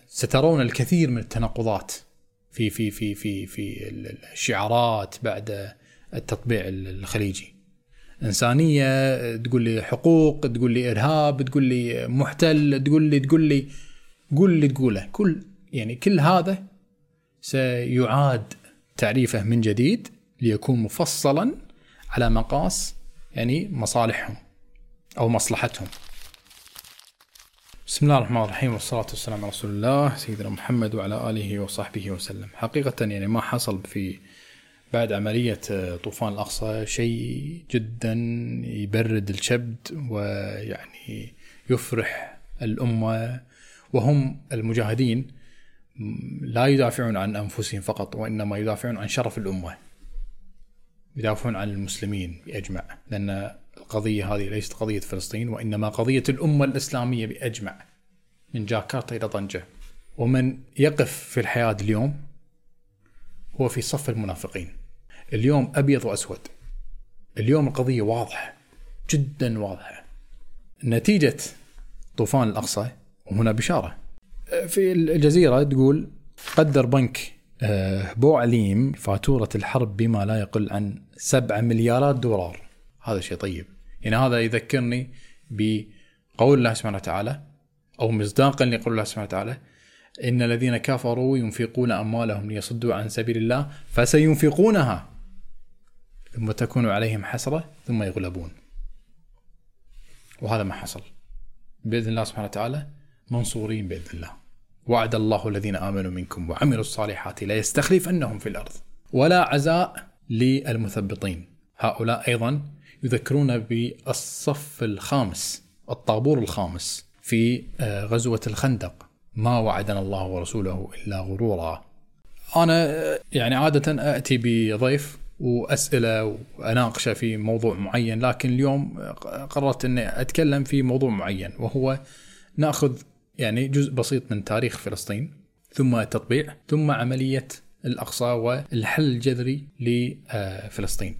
سترون الكثير من التناقضات في الشعارات بعد التطبيع الخليجي. إنسانية تقول لي حقوق، تقول لي إرهاب، تقول لي محتل، تقول له كل هذا سيعاد تعريفه من جديد ليكون مفصلا على مقاس مصالحهم أو مصلحتهم. بسم الله الرحمن الرحيم، والصلاة والسلام على رسول الله سيدنا محمد وعلى آله وصحبه وسلم. حقيقة ما حصل بعد عملية طوفان الأقصى شيء جدا يبرد الكبد يفرح الأمة، وهم المجاهدين لا يدافعون عن أنفسهم فقط، وإنما يدافعون عن شرف الأمة، يدافعون عن المسلمين بأجمع، لأن القضية هذه ليست قضية فلسطين، وإنما قضية الأمة الإسلامية بأجمع من جاكرتا إلى طنجة. ومن يقف في الحياة اليوم هو في صف المنافقين. اليوم أبيض وأسود، اليوم القضية واضحة جدا واضحة. نتيجة طوفان الأقصى، وهنا بشارة في الجزيرة تقول قدر بنك بوعليم فاتورة الحرب بما لا يقل عن 7 مليارات دولار. هذا شيء طيب، هذا يذكرني بقول الله سبحانه وتعالى، أو مصداقا لقول الله سبحانه وتعالى: إن الذين كفروا ينفقون أموالهم ليصدوا عن سبيل الله فسينفقونها ثم تكون عليهم حسرة ثم يغلبون. وهذا ما حصل بإذن الله سبحانه وتعالى، منصورين بإذن الله. وعد الله الذين آمنوا منكم وعملوا الصالحات لا يستخلفنهم في الأرض. ولا عزاء للمثبطين، هؤلاء أيضا يذكرون بالصف الخامس، الطابور الخامس في غزوة الخندق: ما وعدنا الله ورسوله إلا غرورا. أنا عادة أأتي بضيف وأسئلة وأناقش في موضوع معين، لكن اليوم قررت أني أتكلم في موضوع معين، وهو نأخذ جزء بسيط من تاريخ فلسطين، ثم التطبيع، ثم عملية الأقصى والحل الجذري لفلسطين.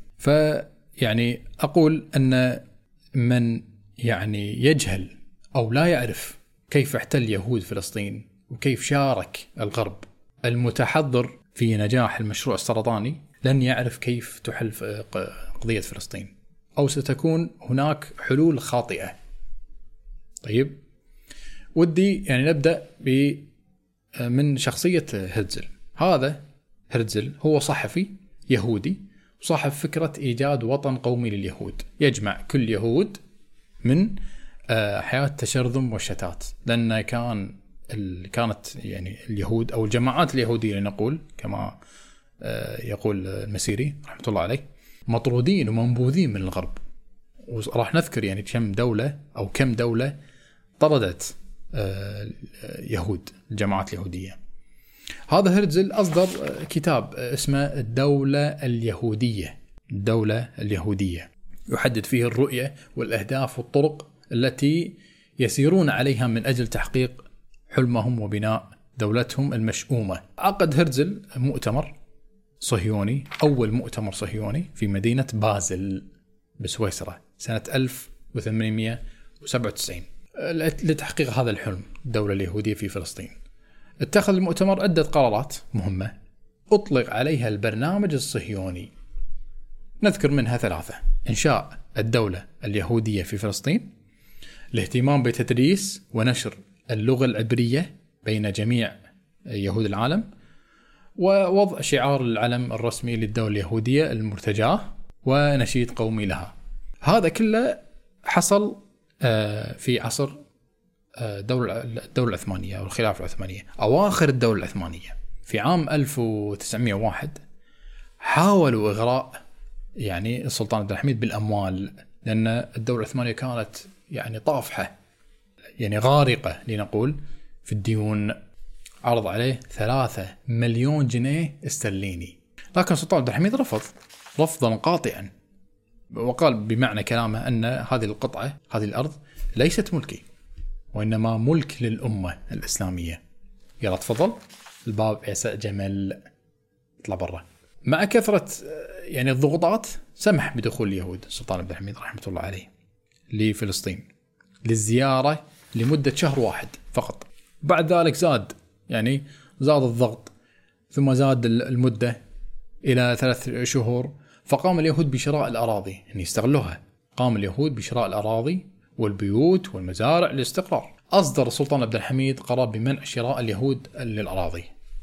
أقول أن من يجهل أو لا يعرف كيف احتل يهود فلسطين وكيف شارك الغرب المتحضر في نجاح المشروع السرطاني لن يعرف كيف تحل قضية فلسطين، أو ستكون هناك حلول خاطئة. طيب، ودي نبدأ من شخصية هرتزل. هذا هرتزل هو صحفي يهودي وصاحب فكرة إيجاد وطن قومي لليهود يجمع كل يهود من حياة التشرذم والشتات، لأن كانت اليهود أو الجماعات اليهودية لنقول كما يقول المسيري رحمة الله عليه مطرودين ومنبوذين من الغرب. وراح نذكر كم دولة طردت يهود، الجماعات اليهودية. هذا هرتزل أصدر كتاب اسمه الدولة اليهودية، يحدد فيه الرؤية والأهداف والطرق التي يسيرون عليها من أجل تحقيق حلمهم وبناء دولتهم المشؤومة. عقد هرتزل مؤتمر صهيوني، أول مؤتمر صهيوني في مدينة بازل بسويسرا سنة 1897 لتحقيق هذا الحلم، الدولة اليهودية في فلسطين. اتخذ المؤتمر عدة قرارات مهمة أطلق عليها البرنامج الصهيوني. نذكر منها 3: إنشاء الدولة اليهودية في فلسطين، الاهتمام بتدريس ونشر اللغة العبرية بين جميع يهود العالم، ووضع شعار العلم الرسمي للدولة اليهودية المرتجاه، ونشيد قومي لها. هذا كله حصل في عصر الدولة العثمانية أو الخلافة العثمانية، أواخر الدولة العثمانية. في عام 1901 حاولوا إغراء السلطان عبد الحميد بالأموال، لأن الدولة العثمانية كانت طافحة، غارقة لنقول في الديون. عرض عليه 3 مليون جنيه استرليني، لكن السلطان عبد الحميد رفض رفضا قاطعا، وقال بمعنى كلامه أن هذه القطعة، هذه الأرض ليست ملكي، وإنما ملك للأمة الإسلامية. يلا تفضل، الباب عسى جمل، اطلع برا. مع كثرة الضغوطات سمح بدخول اليهود السلطان عبد الحميد رحمة الله عليه لفلسطين للزيارة لمدة شهر واحد فقط. بعد ذلك زاد يعني زاد الضغط، ثم زاد المدة إلى 3 شهور، فقام اليهود بشراء الأراضي، يعني يستغلوها. قام اليهود بشراء الأراضي والبيوت والمزارع للاستقرار. أصدر السلطان عبد الحميد قرار بمنع شراء اليهود للأراضي،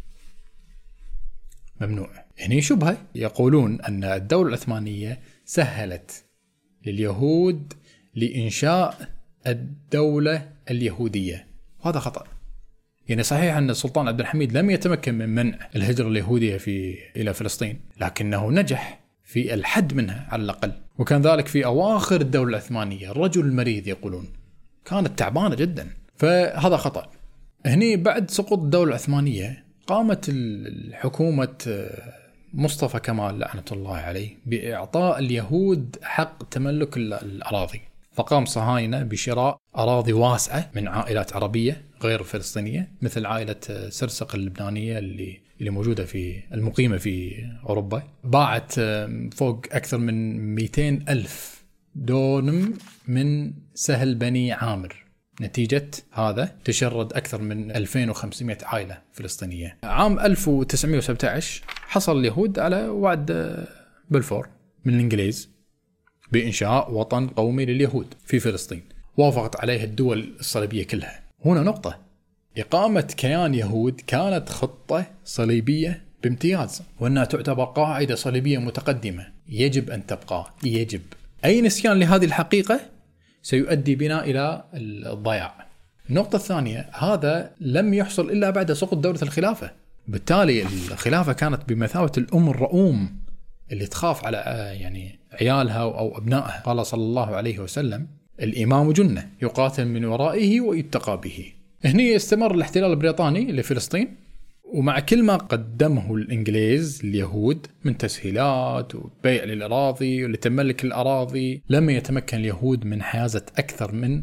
ممنوع. هنا شبهة، يقولون أن الدولة العثمانية سهلت لليهود لإنشاء الدولة اليهودية، وهذا خطأ. يعني صحيح أن السلطان عبد الحميد لم يتمكن من منع الهجرة اليهودية إلى فلسطين، لكنه نجح في الحد منها على الأقل، وكان ذلك في أواخر الدولة العثمانية. الرجل المريض يقولون كانت تعبانة جدا، فهذا خطأ. هني بعد سقوط الدولة العثمانية قامت الحكومة مصطفى كمال لعنة الله عليه بإعطاء اليهود حق تملك الأراضي، فقام صهاينة بشراء أراضي واسعة من عائلات عربية غير فلسطينية، مثل عائلة سرسق اللبنانية اللي موجودة في المقيمة في أوروبا. باعت فوق أكثر من 200,000 دونم من سهل بني عامر. نتيجة هذا تشرد أكثر من 2500 عائلة فلسطينية. عام 1917 حصل اليهود على وعد بلفور من الإنجليز بإنشاء وطن قومي لليهود في فلسطين، وافقت عليه الدول الصليبية كلها. هنا نقطة، إقامة كيان يهود كانت خطة صليبية بامتياز، وأنها تعتبر قاعدة صليبية متقدمة يجب أن تبقى. يجب أي نسيان لهذه الحقيقة سيؤدي بنا إلى الضياع. النقطة الثانية، هذا لم يحصل إلا بعد سقوط دولة الخلافة، بالتالي الخلافة كانت بمثابة الأم الرؤوم اللي تخاف على يعني عيالها أو أبنائها. قال صلى الله عليه وسلم: الإمام جنة يقاتل من ورائه ويتقى به. هني استمر الاحتلال البريطاني لفلسطين، ومع كل ما قدمه الإنجليز اليهود من تسهيلات وبيع للأراضي ولتملك الأراضي، لم يتمكن اليهود من حيازة أكثر من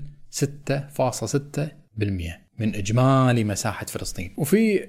6.6% من إجمالي مساحة فلسطين. وفي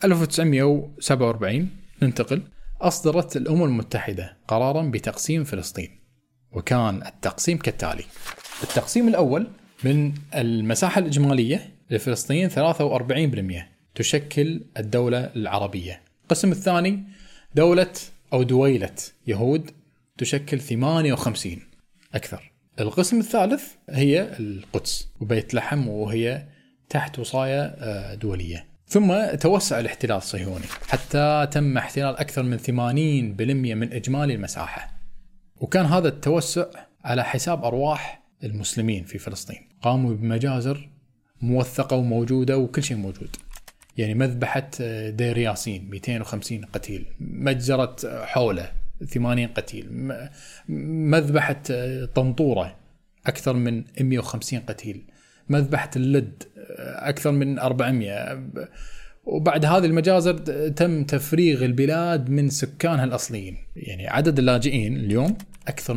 1947 ننتقل، أصدرت الأمم المتحدة قراراً بتقسيم فلسطين، وكان التقسيم كالتالي: التقسيم الأول، من المساحة الإجمالية لفلسطين 43% تشكل الدولة العربية. القسم الثاني دولة أو دويلة يهود تشكل 58 أكثر. القسم الثالث هي القدس وبيت لحم، وهي تحت وصاية دولية. ثم توسع الاحتلال الصهيوني حتى تم احتلال أكثر من 80% من إجمالي المساحة، وكان هذا التوسع على حساب أرواح المسلمين في فلسطين. قاموا بمجازر موثقة وموجودة وكل شيء موجود، يعني مذبحة دير ياسين 250 قتيل، مجزرة حولة 80 قتيل، مذبحة طنطورة أكثر من 150 قتيل، مذبحة اللد أكثر من 400. وبعد هذه المجازر تم تفريغ البلاد من سكانها الأصليين. يعني عدد اللاجئين اليوم أكثر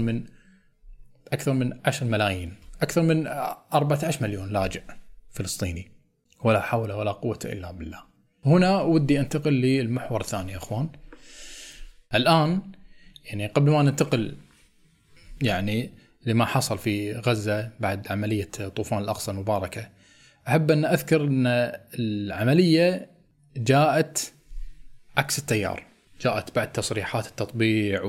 من 10 ملايين، أكثر من 14 مليون لاجئ فلسطيني، ولا حول ولا قوة إلا بالله. هنا ودي أنتقل للمحور الثاني يا أخوان. الآن يعني قبل ما ننتقل يعني لما حصل في غزة بعد عملية طوفان الأقصى المباركة، أحب أن أذكر أن العملية جاءت عكس التيار، جاءت بعد تصريحات التطبيع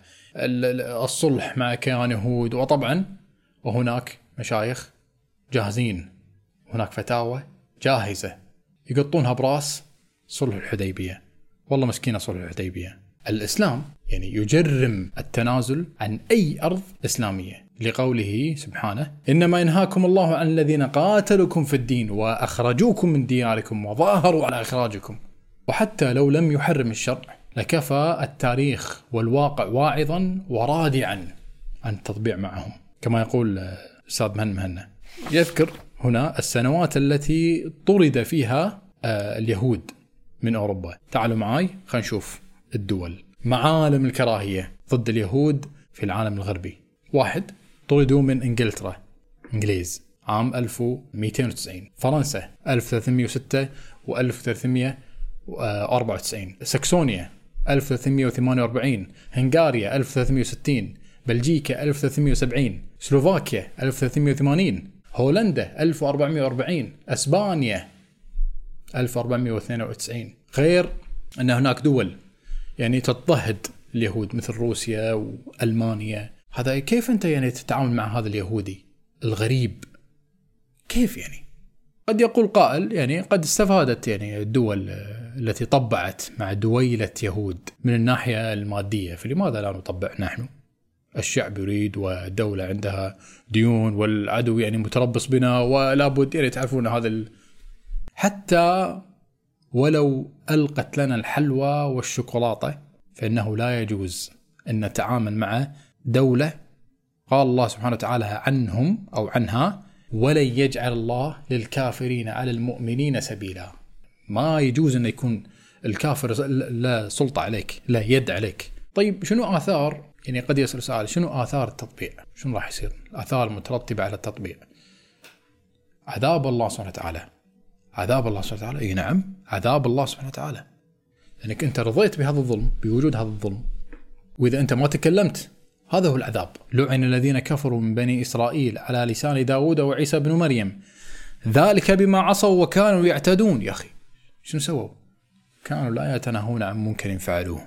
والصلح مع كيان يهود، وطبعا وهناك مشايخ جاهزين، هناك فتاوى جاهزة يقطونها براس صلح الحديبية. والله مسكينة صلح الحديبية. الإسلام يعني يجرم التنازل عن أي أرض إسلامية، لقوله سبحانه: إنما ينهاكم الله عن الذين قاتلوكم في الدين وأخرجوكم من دياركم وظاهروا على إخراجكم. وحتى لو لم يحرم الشرع لكفى التاريخ والواقع واعظا ورادعا عن التطبيع معهم، كما يقول أستاذ مهنا. يذكر هنا السنوات التي طرد فيها اليهود من أوروبا. تعالوا معاي خلينا نشوف الدول. معالم الكراهية ضد اليهود في العالم الغربي. 1. طردوا من إنجلترا، إنجليز، عام 1290. فرنسا 1306 و1394. ساكسونيا 1348. هنغاريا 1360. بلجيكا 1370. سلوفاكيا 1380. هولندا 1440. أسبانيا 1492. غير أن هناك دول يعني تضطهد اليهود مثل روسيا وألمانيا. هذا كيف أنت يعني تتعامل مع هذا اليهودي الغريب؟ كيف يعني؟ قد يقول قائل يعني قد استفادت يعني الدول التي طبعت مع دويلة يهود من الناحية المادية، فلماذا لا نطبع نحن؟ الشعب يريد والدولة عندها ديون والعدو يعني متربص بنا ولا بد يعني تعرفون هذا حتى ولو ألقت لنا الحلوى والشوكولاتة فإنه لا يجوز أن نتعامل مع دولة قال الله سبحانه وتعالى عنهم أو عنها ولن يجعل الله للكافرين على المؤمنين سبيلا. ما يجوز أن يكون الكافر لا سلطة عليك، لا يد عليك. طيب شنو آثار، يعني قد يسأل سؤال، شنو آثار التطبيع؟ شنو راح يصير الآثار المترتبة على التطبيع؟ عذاب الله سبحانه وتعالى. عذاب الله سبحانه وتعالى، اي نعم، عذاب الله سبحانه وتعالى، لأنك أنت رضيت بهذا الظلم، بوجود هذا الظلم، وإذا أنت ما تكلمت هذا هو العذاب. لعن الذين كفروا من بني إسرائيل على لسان داود وعيسى بن مريم ذلك بما عصوا وكانوا يعتدون. يا أخي شنو سووا؟ كانوا لا يتناهون عن منكر فعلوه،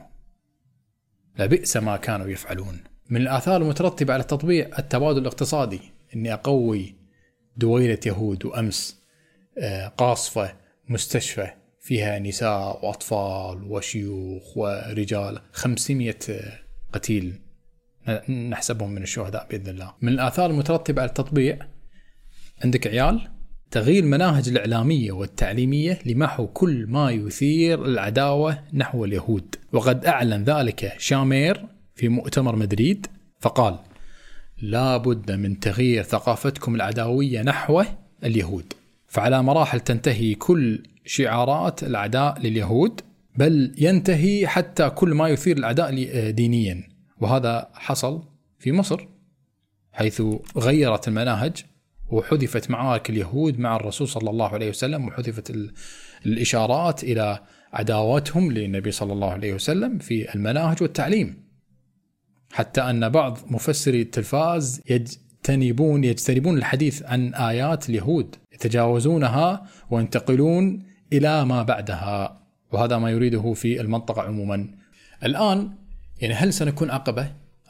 لبئس ما كانوا يفعلون. من الآثار المترتبة على التطبيع التبادل الاقتصادي، إني أقوي دويلة يهود وأمس قاصفة مستشفى فيها نساء وأطفال وشيوخ ورجال، 500 قتيل نحسبهم من الشهداء بإذن الله. من الآثار المترتبة على التطبيع عندك عيال، تغيير المناهج الإعلامية والتعليمية لمحو كل ما يثير العداوة نحو اليهود، وقد أعلن ذلك شامير في مؤتمر مدريد فقال لا بد من تغيير ثقافتكم العداوية نحو اليهود، فعلى مراحل تنتهي كل شعارات الأعداء لليهود، بل ينتهي حتى كل ما يثير الأعداء دينيا. وهذا حصل في مصر حيث غيرت المناهج وحذفت معارك اليهود مع الرسول صلى الله عليه وسلم، وحذفت الإشارات إلى عداوتهم للنبي صلى الله عليه وسلم في المناهج والتعليم، حتى أن بعض مفسري التلفاز يجتنبون الحديث عن آيات اليهود، يتجاوزونها وينتقلون إلى ما بعدها، وهذا ما يريده في المنطقة عموما. الآن يعني هل سنكون عقبة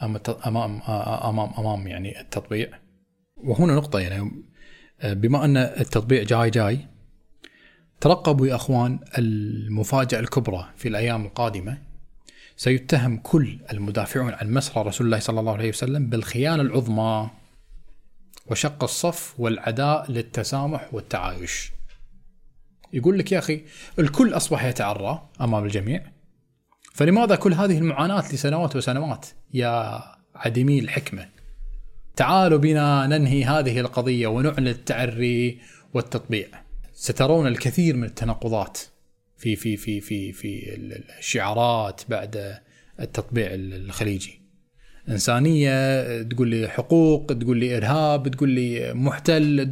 أمام يعني التطبيع؟ وهنا نقطة، يعني بما أن التطبيع جاي ترقبوا يا أخوان المفاجأة الكبرى في الأيام القادمة. سيتهم كل المدافعون عن مسرى رسول الله صلى الله عليه وسلم بالخيانة العظمى وشق الصف والعداء للتسامح والتعايش. يقول لك يا أخي الكل أصبح يتعرى أمام الجميع، فلماذا كل هذه المعاناة لسنوات وسنوات يا عديمي الحكمة؟ تعالوا بنا ننهي هذه القضية ونعلن التعري والتطبيع. سترون الكثير من التناقضات في في في في في الشعارات بعد التطبيع الخليجي. إنسانية تقول لي حقوق، تقول لي إرهاب، تقول لي محتل،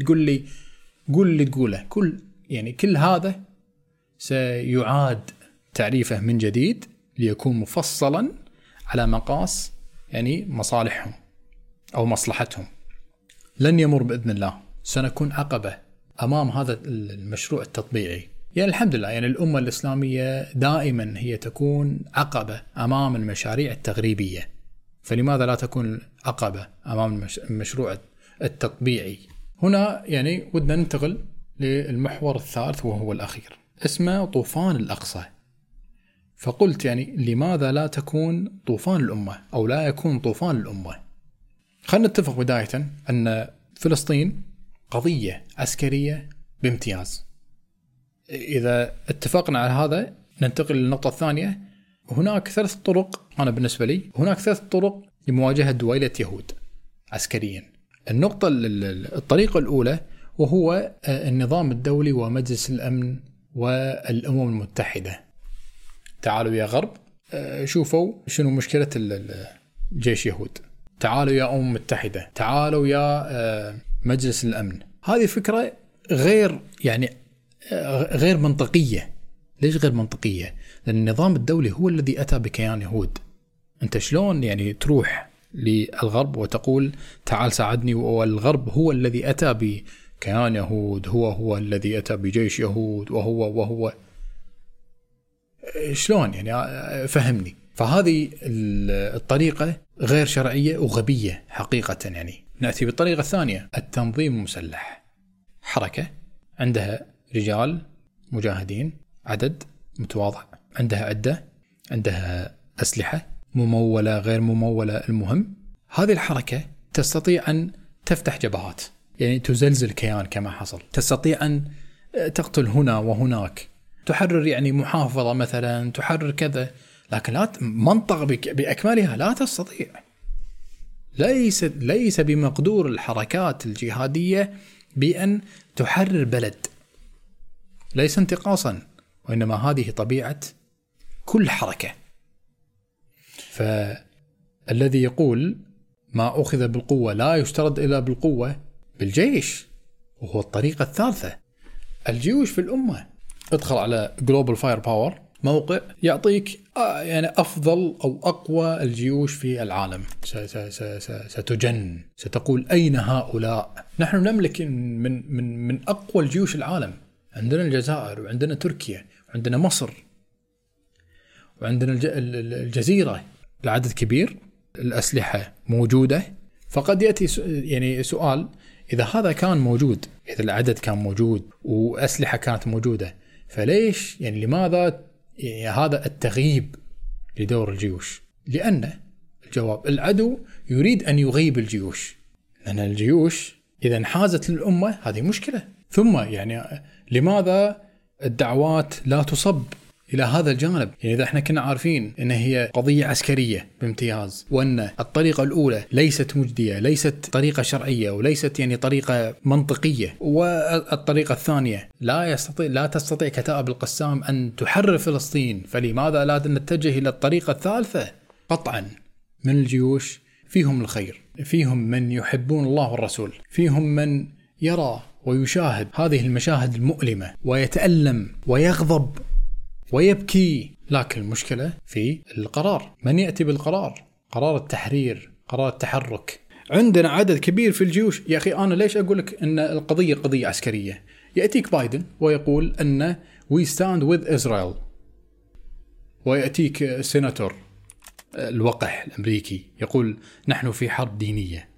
تقول له كل هذا سيعاد تعريفه من جديد ليكون مفصلا على مقاس يعني مصالحهم أو مصلحتهم. لن يمر بإذن الله، سنكون عقبة أمام هذا المشروع التطبيعي. يعني الحمد لله، يعني الأمة الإسلامية دائما هي تكون عقبة أمام المشاريع التغريبية، فلماذا لا تكون عقبة أمام المشروع التطبيعي؟ هنا يعني ودنا ننتقل للمحور الثالث وهو الأخير، اسمه طوفان الأقصى. فقلت يعني لماذا لا تكون طوفان الأمة أو لا يكون طوفان الأمة؟ خلينا نتفق بداية أن فلسطين قضية عسكرية بامتياز. إذا اتفقنا على هذا ننتقل للنقطة الثانية. هناك 3 طرق، أنا بالنسبة لي هناك 3 طرق لمواجهة دويلة يهود عسكريا. الطريقة الأولى وهو النظام الدولي ومجلس الأمن والأمم المتحدة. تعالوا يا غرب شوفوا شنو مشكلة الجيش يهود، تعالوا يا أمم متحدة، تعالوا يا مجلس الأمن. هذه فكرة غير منطقية. ليش غير منطقية؟ لأن النظام الدولي هو الذي أتى بكيان يهود. أنت شلون يعني تروح للغرب وتقول تعال ساعدني، والغرب هو الذي أتى كيان يهود هو الذي أتى بجيش يهود وهو شلون يعني؟ فهمني. فهذه الطريقة غير شرعية وغبية حقيقة. يعني نأتي بالطريقة الثانية، التنظيم المسلح. حركة عندها رجال مجاهدين عدد متواضع، عندها عدة، عندها أسلحة ممولة غير ممولة، المهم هذه الحركة تستطيع أن تفتح جبهات، يعني تزلزل كيان كما حصل، تستطيع أن تقتل هنا وهناك، تحرر يعني محافظة مثلا، تحرر كذا، لكن لا منطقة بأكملها لا تستطيع. ليس بمقدور الحركات الجهادية بأن تحرر بلد، ليس انتقاصا، وإنما هذه طبيعة كل حركة. فالذي يقول ما أخذ بالقوة لا يشترط إلا بالقوة بالجيش، وهو الطريقة الثالثة. الجيوش في الأمة، ادخل على Global Firepower، موقع يعطيك يعني أفضل أو أقوى الجيوش في العالم. ستجن، ستقول أين هؤلاء؟ نحن نملك من أقوى الجيوش العالم. عندنا الجزائر، وعندنا تركيا، وعندنا مصر، وعندنا الجزيرة. العدد كبير، الأسلحة موجودة. فقد يأتي يعني سؤال، إذا هذا كان موجود، إذا العدد كان موجود وأسلحة كانت موجودة، فليش يعني لماذا يعني هذا التغييب لدور الجيوش؟ لأن الجواب، العدو يريد أن يغيب الجيوش، لأن الجيوش إذا انحازت للأمة هذه مشكلة. ثم يعني لماذا الدعوات لا تصب إلى هذا الجانب؟ يعني إذا احنا كنا عارفين أن هي قضية عسكرية بامتياز، وأن الطريقة الأولى ليست مجدية، ليست طريقة شرعية، وليست يعني طريقة منطقية، والطريقة الثانية لا تستطيع كتائب القسام أن تحرر فلسطين، فلماذا لا نتجه إلى الطريقة الثالثة؟ قطعا من الجيوش فيهم الخير، فيهم من يحبون الله والرسول، فيهم من يرى ويشاهد هذه المشاهد المؤلمة ويتألم ويغضب ويبكي. لكن المشكلة في القرار، من يأتي بالقرار؟ قرار التحرير، قرار التحرك. عندنا عدد كبير في الجيوش. يا أخي أنا ليش أقول لك أن القضية قضية عسكرية؟ يأتيك بايدن ويقول أن we stand with Israel، ويأتيك السيناتور الوقح الأمريكي يقول نحن في حرب دينية.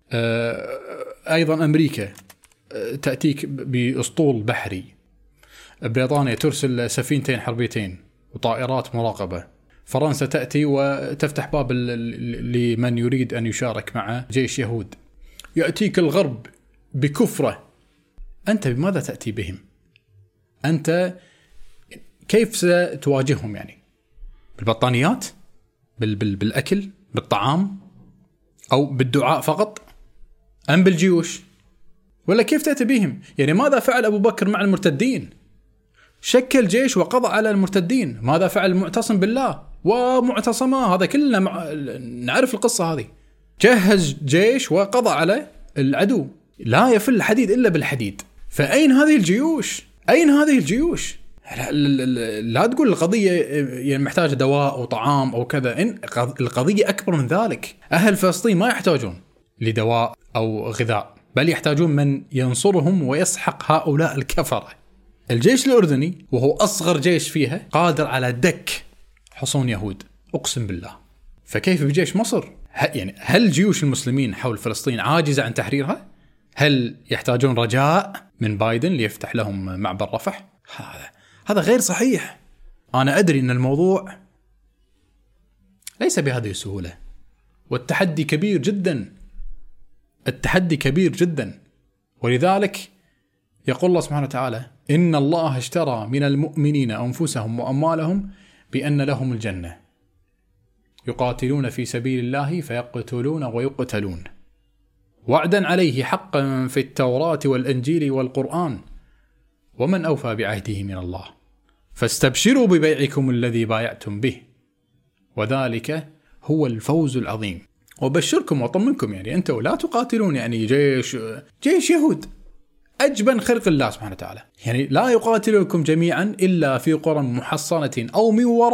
أيضا أمريكا تأتيك بأسطول بحري، بريطانيا ترسل سفينتين حربيتين وطائرات مراقبة، فرنسا تأتي وتفتح باب لمن يريد أن يشارك مع جيش يهود، يأتيك الغرب بكفرة. أنت بماذا تأتي بهم؟ أنت كيف ستواجههم؟ يعني بالبطانيات، بالأكل، بالطعام، أو بالدعاء فقط، أم بالجيوش؟ ولا كيف تأتي بهم؟ يعني ماذا فعل أبو بكر مع المرتدين؟ شكل جيش وقضى على المرتدين. ماذا فعل معتصم بالله ومعتصما؟ هذا كلنا نعرف القصة هذه. جهز جيش وقضى على العدو، لا يفل الحديد إلا بالحديد. فأين هذه الجيوش؟ أين هذه الجيوش؟ لا تقول القضية يعني محتاجة دواء وطعام أو كذا، القضية أكبر من ذلك. أهل فلسطين ما يحتاجون لدواء أو غذاء، بل يحتاجون من ينصرهم ويسحق هؤلاء الكفرة. الجيش الأردني وهو أصغر جيش فيها قادر على دك حصون يهود، أقسم بالله. فكيف بجيش مصر؟ يعني هل جيوش المسلمين حول فلسطين عاجزة عن تحريرها؟ هل يحتاجون رجاء من بايدن ليفتح لهم معبر رفح؟ هذا غير صحيح. أنا أدري أن الموضوع ليس بهذه السهولة، والتحدي كبير جدا، التحدي كبير جدا. ولذلك يقول الله سبحانه وتعالى إن الله اشترى من المؤمنين أنفسهم وأموالهم بأن لهم الجنة يقاتلون في سبيل الله فيقتلون ويقتلون وعدا عليه حقا في التوراة والإنجيل والقرآن ومن أوفى بعهده من الله فاستبشروا ببيعكم الذي بايعتم به وذلك هو الفوز العظيم. وبشركم وطمنكم، يعني أنتوا لا تقاتلون يعني جيش يهود، أجبن خلق الله سبحانه وتعالى، يعني لا يقاتلكم جميعا إلا في قرى محصنة أو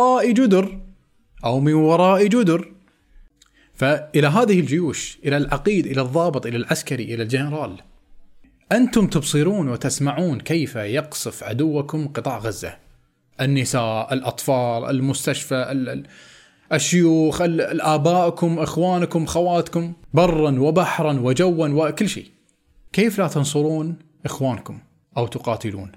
من وراء جدر. فإلى هذه الجيوش، إلى العقيد، إلى الضابط، إلى العسكري، إلى الجنرال، أنتم تبصرون وتسمعون كيف يقصف عدوكم قطاع غزة، النساء، الأطفال، المستشفى، الشيوخ، الآبائكم، إخوانكم، خواتكم، برا وبحرا وجوا وكل شيء. كيف لا تنصرون إخوانكم أو تقاتلون؟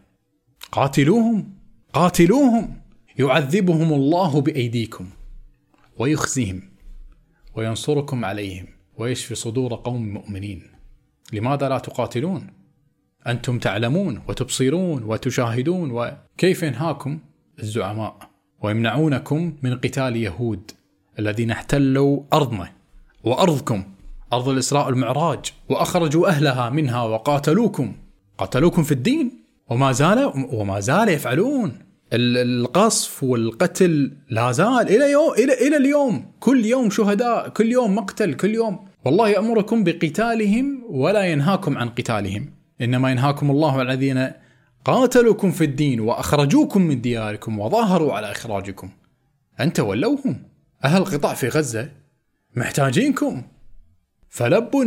قاتلوهم يعذبهم الله بأيديكم ويخزيهم وينصركم عليهم ويشفي صدور قوم مؤمنين. لماذا لا تقاتلون؟ أنتم تعلمون وتبصرون وتشاهدون. وكيف ينهاكم الزعماء ويمنعونكم من قتال يهود الذين احتلوا أرضنا وأرضكم، أرض الإسراء والمعراج، وأخرجوا أهلها منها وقاتلوكم في الدين، وما زال يفعلون. القصف والقتل لا زال إلى اليوم، كل يوم شهداء، كل يوم مقتل، كل يوم. والله يأمركم بقتالهم ولا ينهاكم عن قتالهم، إنما ينهاكم الله عن الذين قاتلوكم في الدين وأخرجوكم من دياركم وظاهروا على إخراجكم أن تولوهم. أهل القطاع في غزة محتاجينكم، فلبوا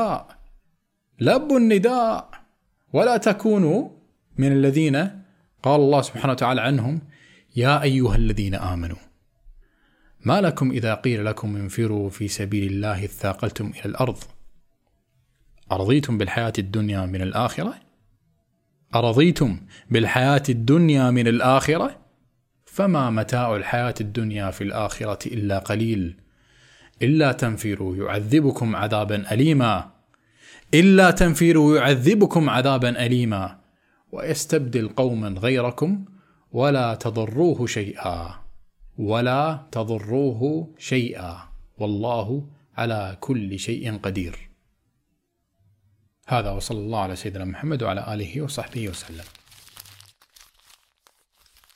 النداء ولا تكونوا من الذين قال الله سبحانه وتعالى عنهم: يا أيها الذين آمنوا ما لكم إذا قيل لكم انفروا في سبيل الله اثاقلتم إلى الأرض أرضيتم بالحياة الدنيا من الآخرة فما متاع الحياة الدنيا في الآخرة إلا قليل إلا تنفروا يعذبكم عذابا أليما ويستبدل قوما غيركم ولا تضروه شيئا والله على كل شيء قدير. هذا وصلى الله على سيدنا محمد وعلى آله وصحبه وسلم.